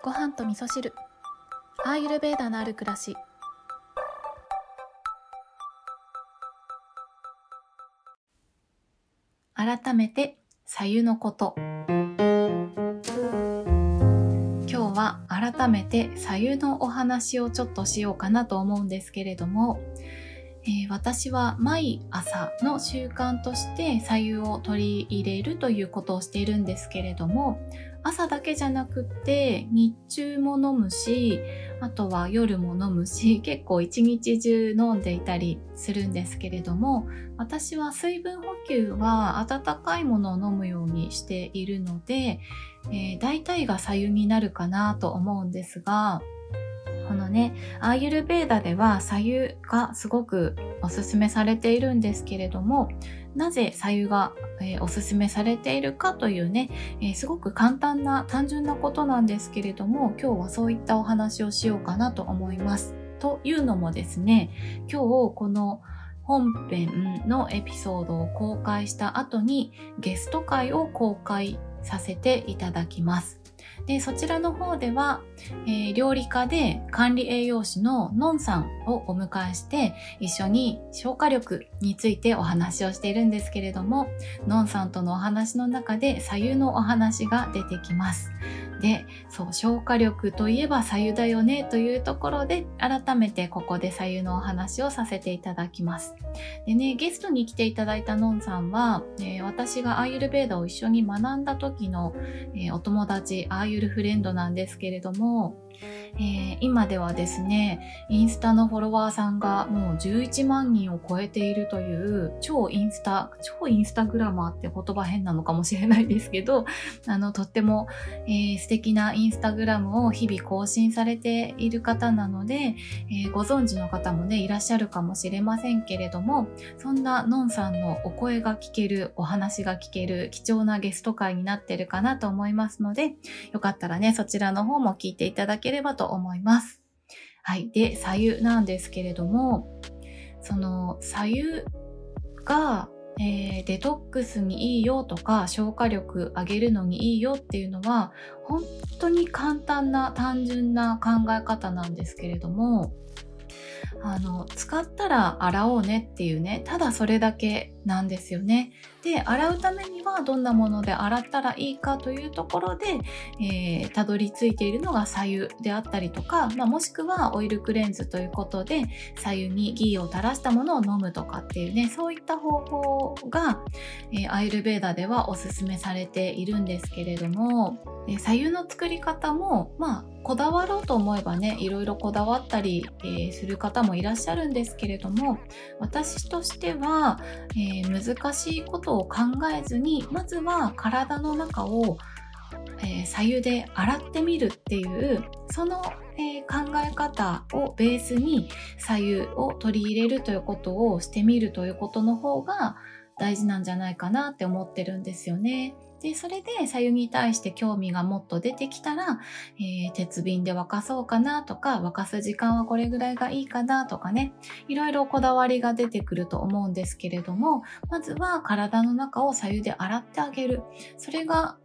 ご飯と味噌汁、アーユルヴェーダのある暮らし。改めて白湯のこと。今日は改めて白湯のお話をちょっとしようかなと思うんですけれども、私は毎朝の習慣として白湯を取り入れるということをしているんですけれども、朝だけじゃなくって日中も飲むし、あとは夜も飲むし、結構一日中飲んでいたりするんですけれども、私は水分補給は温かいものを飲むようにしているので、大体が白湯になるかなと思うんですが、このね、アーユルヴェーダでは白湯がすごくおすすめされているんですけれども、なぜ白湯が、おすすめされているかというね、すごく簡単な単純なことなんですけれども、今日はそういったお話をしようかなと思います。というのもですね、今日この本編のエピソードを公開した後にゲスト会を公開させていただきます。で、そちらの方では、料理家で管理栄養士ののんさんをお迎えして一緒に消化力についてお話をしているんですけれども、のんさんとのお話の中で白湯のお話が出てきます。で、そう、消化力といえば白湯だよねというところで、改めてここで白湯のお話をさせていただきます。でね、ゲストに来ていただいたのんさんは、私がアーユルヴェーダを一緒に学んだ時の、お友達、アーユルフレンドなんですけれども、今ではですね、インスタのフォロワーさんがもう11万人を超えているという超インスタグラマーって言葉変なのかもしれないですけど、とっても、素敵なインスタグラムを日々更新されている方なので、ご存知の方もね、いらっしゃるかもしれませんけれども、そんなのんさんのお声が聞ける、お話が聞ける貴重なゲスト会になってるかなと思いますので、よかったらね、そちらの方も聞いていただければと思います。はい。で、白湯なんですけれども、その白湯が、デトックスにいいよとか消化力上げるのにいいよっていうのは本当に簡単な単純な考え方なんですけれども、使ったら洗おうねっていうね、ただそれだけなんですよね。で、洗うためにはどんなもので洗ったらいいかというところで、たどり着いているのが白湯であったりとか、もしくはオイルクレンズということで白湯にギーを垂らしたものを飲むとかっていうね、そういった方法が、アーユルヴェーダではおすすめされているんですけれども、白湯の作り方もこだわろうと思えばね、いろいろこだわったり、する方もいらっしゃるんですけれども、私としては、難しいことを考えずに、まずは体の中を、白湯で洗ってみるっていうその、考え方をベースに白湯を取り入れるということをしてみるということの方が大事なんじゃないかなって思ってるんですよね。で、それで白湯に対して興味がもっと出てきたら、鉄瓶で沸かそうかなとか、沸かす時間はこれぐらいがいいかなとかね、いろいろこだわりが出てくると思うんですけれども、まずは体の中を白湯で洗ってあげる。それが、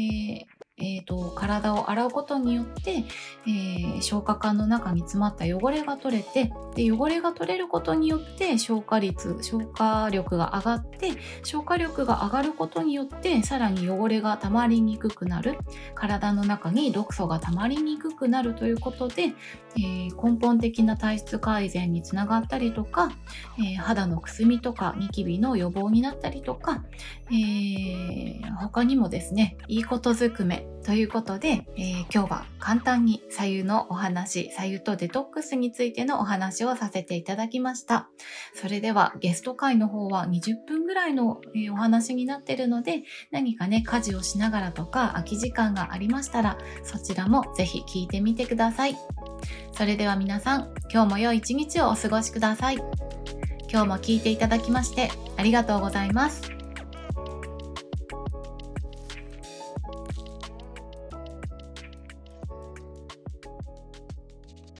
体を洗うことによって、消化管の中に詰まった汚れが取れて、で、汚れが取れることによって消化力が上がって、消化力が上がることによってさらに汚れが溜まりにくくなる、体の中に毒素が溜まりにくくなるということで、根本的な体質改善につながったりとか、肌のくすみとかニキビの予防になったりとか、他にもですね、いいことずくめということで、今日は簡単に白湯のお話、白湯とデトックスについてのお話をさせていただきました。それではゲスト会の方は20分ぐらいのお話になっているので、何かね、家事をしながらとか空き時間がありましたら、そちらもぜひ聞いてみてください。それでは皆さん、今日も良い一日をお過ごしください。今日も聞いていただきましてありがとうございます。